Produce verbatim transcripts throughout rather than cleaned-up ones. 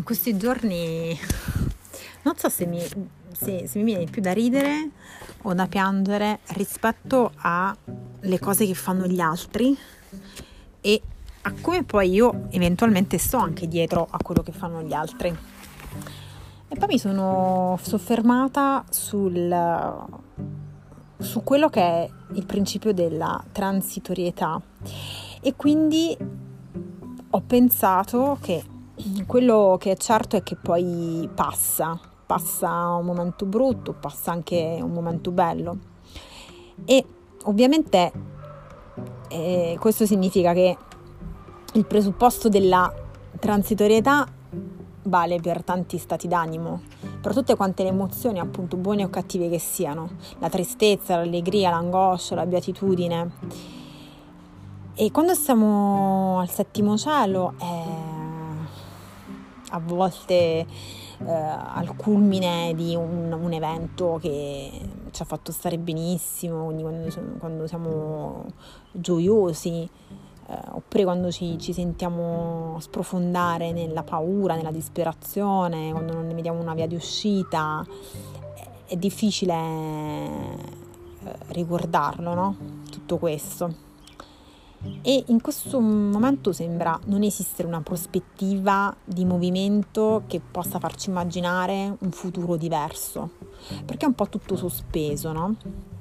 questi giorni non so se mi, se, se mi viene più da ridere o da piangere rispetto alle cose che fanno gli altri e a come poi io eventualmente sto anche dietro a quello che fanno gli altri. E poi mi sono soffermata sul, su quello che è il principio della transitorietà e quindi ho pensato che quello che è certo è che poi passa, passa un momento brutto, passa anche un momento bello e ovviamente eh, questo significa che il presupposto della transitorietà vale per tanti stati d'animo, per tutte quante le emozioni, appunto buone o cattive che siano, la tristezza, l'allegria, l'angoscia, la beatitudine. E quando siamo al settimo cielo, eh, a volte eh, al culmine di un, un evento che ci ha fatto stare benissimo, quindi quando, quando siamo gioiosi, eh, oppure quando ci, ci sentiamo sprofondare nella paura, nella disperazione, quando non ne vediamo una via di uscita, è difficile eh, ricordarlo, no? Tutto questo. E in questo momento sembra non esistere una prospettiva di movimento che possa farci immaginare un futuro diverso, perché è un po' tutto sospeso, no?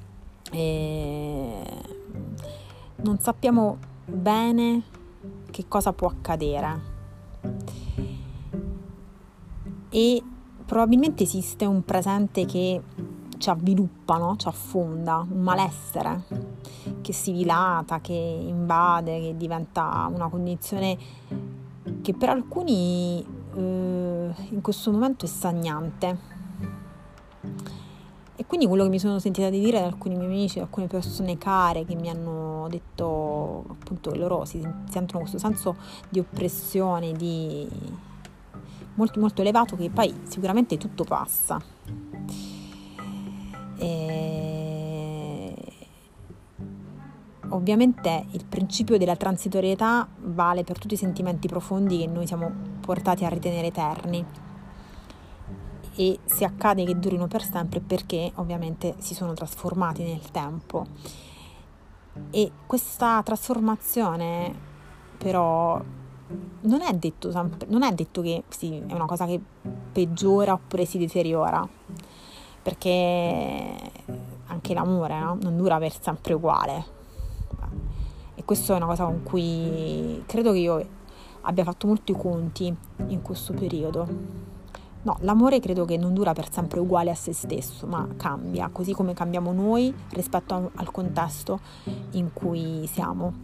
E non sappiamo bene che cosa può accadere e probabilmente esiste un presente che ci avviluppa, no? Ci affonda, un malessere che si dilata, che invade, che diventa una condizione che per alcuni eh, in questo momento è stagnante. E quindi quello che mi sono sentita di dire da alcuni miei amici, da alcune persone care che mi hanno detto appunto che loro si sentono questo senso di oppressione, di molto molto elevato, che poi sicuramente tutto passa. E ovviamente il principio della transitorietà vale per tutti i sentimenti profondi che noi siamo portati a ritenere eterni, e se accade che durino per sempre perché ovviamente si sono trasformati nel tempo. E questa trasformazione però non è detto sempre, non è detto che sì, è una cosa che peggiora oppure si deteriora, perché anche l'amore, no? Non dura per sempre uguale, e questo è una cosa con cui credo che io abbia fatto molti conti in questo periodo. No, l'amore credo che non dura per sempre uguale a se stesso, ma cambia, così come cambiamo noi rispetto a, al contesto in cui siamo.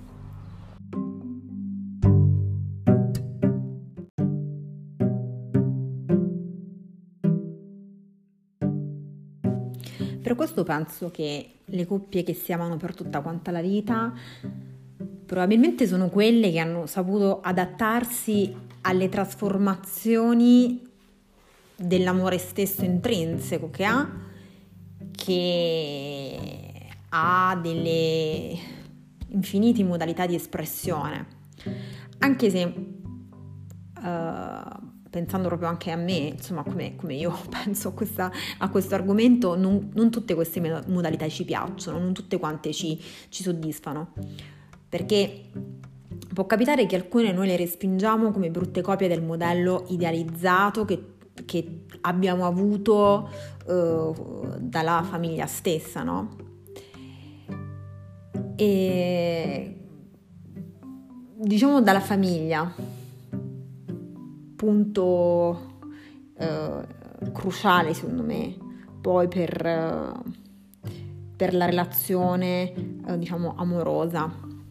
Per questo penso che le coppie che si amano per tutta quanta la vita probabilmente sono quelle che hanno saputo adattarsi alle trasformazioni dell'amore stesso intrinseco che ha, che ha delle infinite modalità di espressione, anche se uh, pensando proprio anche a me, insomma come, come io penso a, questa, a questo argomento, non, non tutte queste modalità ci piacciono, non tutte quante ci, ci soddisfano, perché può capitare che alcune noi le respingiamo come brutte copie del modello idealizzato che che abbiamo avuto uh, dalla famiglia stessa, no? E diciamo dalla famiglia, punto uh, cruciale secondo me, poi per, uh, per la relazione uh, diciamo amorosa.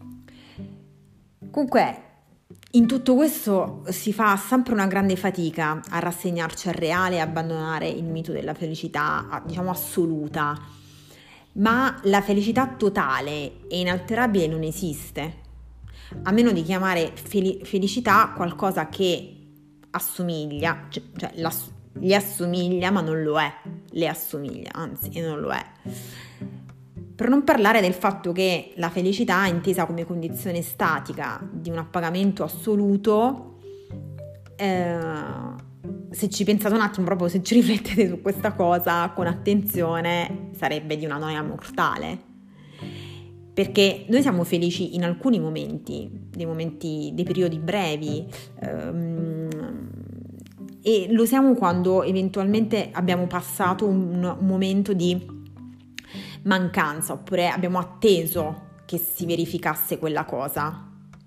Comunque in tutto questo si fa sempre una grande fatica a rassegnarci al reale e abbandonare il mito della felicità, diciamo assoluta, ma la felicità totale e inalterabile non esiste, a meno di chiamare fel- felicità qualcosa che assomiglia, cioè, cioè la, gli assomiglia ma non lo è, le assomiglia, anzi e non lo è. Per non parlare del fatto che la felicità, intesa come condizione statica di un appagamento assoluto, eh, se ci pensate un attimo, proprio se ci riflettete su questa cosa con attenzione, sarebbe di una noia mortale, perché noi siamo felici in alcuni momenti, dei momenti, dei periodi brevi, ehm, e lo siamo quando eventualmente abbiamo passato un, un momento di mancanza, oppure abbiamo atteso che si verificasse quella cosa.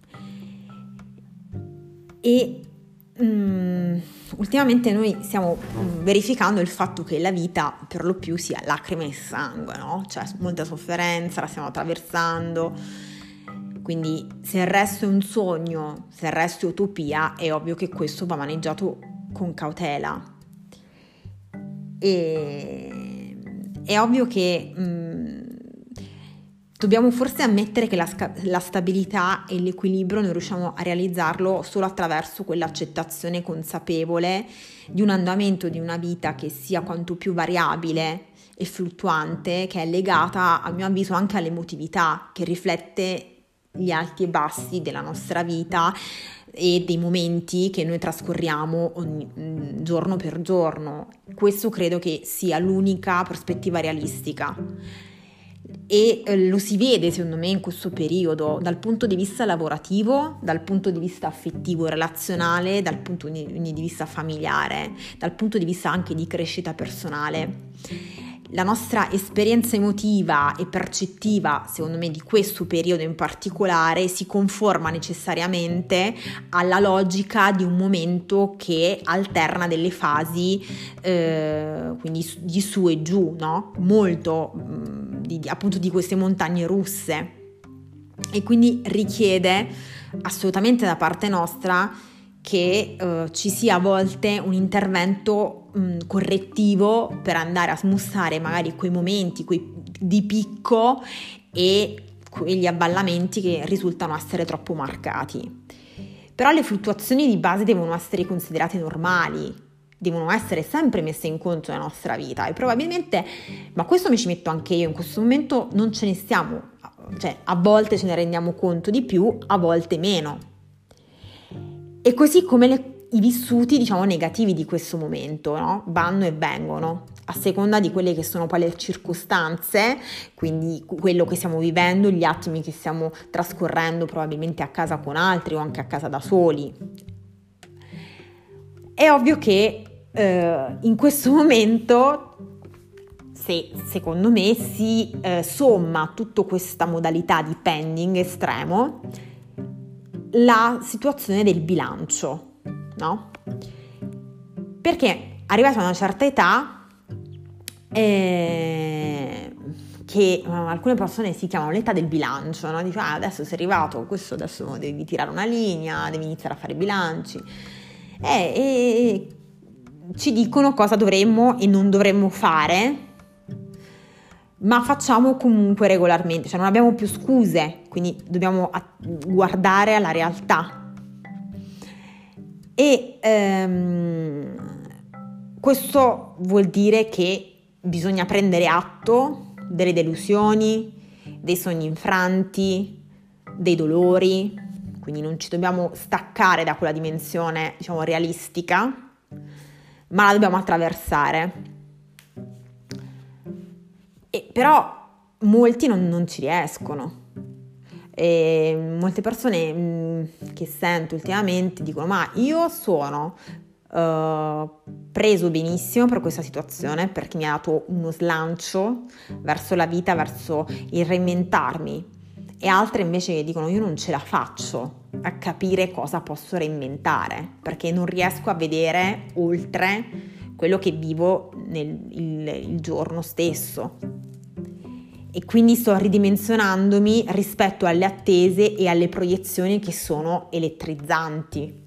E um, ultimamente noi stiamo verificando il fatto che la vita per lo più sia lacrime e sangue, no? Cioè molta sofferenza, la stiamo attraversando. Quindi se il resto è un sogno, se il resto è utopia, è ovvio che questo va maneggiato con cautela. E è ovvio che mh, dobbiamo forse ammettere che la, la stabilità e l'equilibrio noi riusciamo a realizzarlo solo attraverso quell'accettazione consapevole di un andamento di una vita che sia quanto più variabile e fluttuante, che è legata, a mio avviso, anche all'emotività, che riflette gli alti e bassi della nostra vita e dei momenti che noi trascorriamo ogni, giorno per giorno. Questo credo che sia l'unica prospettiva realistica e eh, lo si vede secondo me in questo periodo dal punto di vista lavorativo, dal punto di vista affettivo, relazionale, dal punto di, di vista familiare, dal punto di vista anche di crescita personale. La nostra esperienza emotiva e percettiva, secondo me, di questo periodo in particolare si conforma necessariamente alla logica di un momento che alterna delle fasi, eh, quindi di su e giù, no? Molto di, di, appunto di queste montagne russe, e quindi richiede assolutamente da parte nostra che eh, ci sia a volte un intervento mh, correttivo per andare a smussare magari quei momenti quei di picco e quegli avvallamenti che risultano essere troppo marcati. Però le fluttuazioni di base devono essere considerate normali, devono essere sempre messe in conto nella nostra vita, e probabilmente, ma questo mi ci metto anche io, in questo momento non ce ne stiamo, cioè a volte ce ne rendiamo conto di più, a volte meno. E così come le, i vissuti, diciamo, negativi di questo momento, no? Vanno e vengono a seconda di quelle che sono poi le circostanze, quindi quello che stiamo vivendo, gli attimi che stiamo trascorrendo probabilmente a casa con altri o anche a casa da soli. È ovvio che eh, in questo momento, se secondo me si eh, somma tutta questa modalità di pending estremo, la situazione del bilancio, no? Perché arrivata a una certa età, eh, che uh, alcune persone si chiamano l'età del bilancio, no? Dice, ah, adesso sei arrivato, questo adesso devi tirare una linea, devi iniziare a fare i bilanci, eh, e ci dicono cosa dovremmo e non dovremmo fare, ma facciamo comunque regolarmente, cioè non abbiamo più scuse, quindi dobbiamo guardare alla realtà. E ehm, questo vuol dire che bisogna prendere atto delle delusioni, dei sogni infranti, dei dolori, quindi non ci dobbiamo staccare da quella dimensione, diciamo, realistica, ma la dobbiamo attraversare. E però molti non, non ci riescono. E molte persone mh, che sento ultimamente dicono, ma io sono uh, preso benissimo per questa situazione, perché mi ha dato uno slancio verso la vita, verso il reinventarmi, e altre invece che dicono, io non ce la faccio a capire cosa posso reinventare, perché non riesco a vedere oltre quello che vivo nel il, il giorno stesso, e quindi sto ridimensionandomi rispetto alle attese e alle proiezioni che sono elettrizzanti.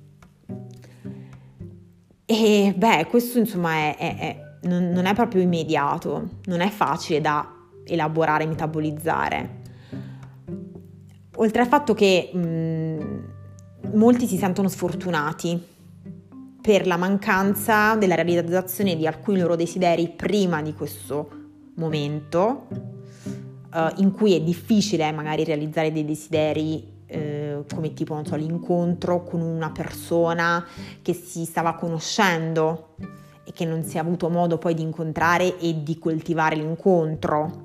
E beh, questo insomma è, è, è, non, non è proprio immediato, non è facile da elaborare e metabolizzare. Oltre al fatto che mh, molti si sentono sfortunati per la mancanza della realizzazione di alcuni loro desideri prima di questo momento, uh, in cui è difficile magari realizzare dei desideri uh, eh, come tipo, non so, l'incontro con una persona che si stava conoscendo e che non si è avuto modo poi di incontrare e di coltivare l'incontro.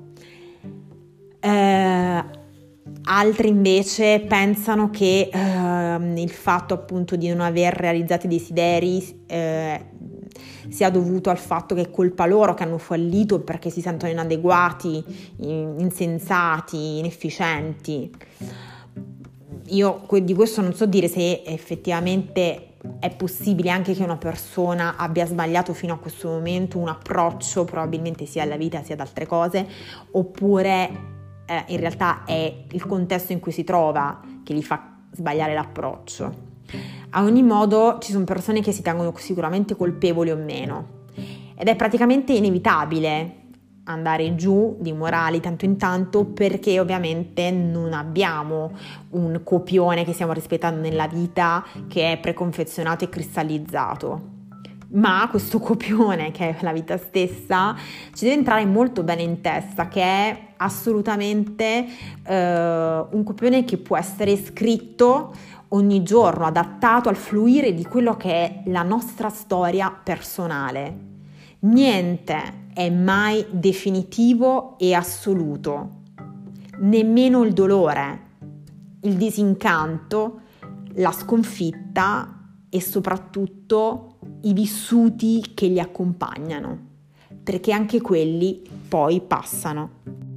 Eh, altri invece pensano che eh, il fatto appunto di non aver realizzato i desideri eh, sia dovuto al fatto che è colpa loro, che hanno fallito perché si sentono inadeguati, insensati, inefficienti. Io di questo non so dire se effettivamente è possibile anche che una persona abbia sbagliato fino a questo momento un approccio, probabilmente sia alla vita sia ad altre cose, oppure eh, in realtà è il contesto in cui si trova che gli fa sbagliare l'approccio. A ogni modo ci sono persone che si tengono sicuramente colpevoli o meno ed è praticamente inevitabile andare giù di morali tanto in tanto, perché ovviamente non abbiamo un copione che stiamo rispettando nella vita che è preconfezionato e cristallizzato, ma questo copione che è la vita stessa ci deve entrare molto bene in testa, che è assolutamente eh, un copione che può essere scritto ogni giorno, adattato al fluire di quello che è la nostra storia personale. Niente è mai definitivo e assoluto, nemmeno il dolore, il disincanto, la sconfitta e soprattutto i vissuti che li accompagnano, perché anche quelli poi passano.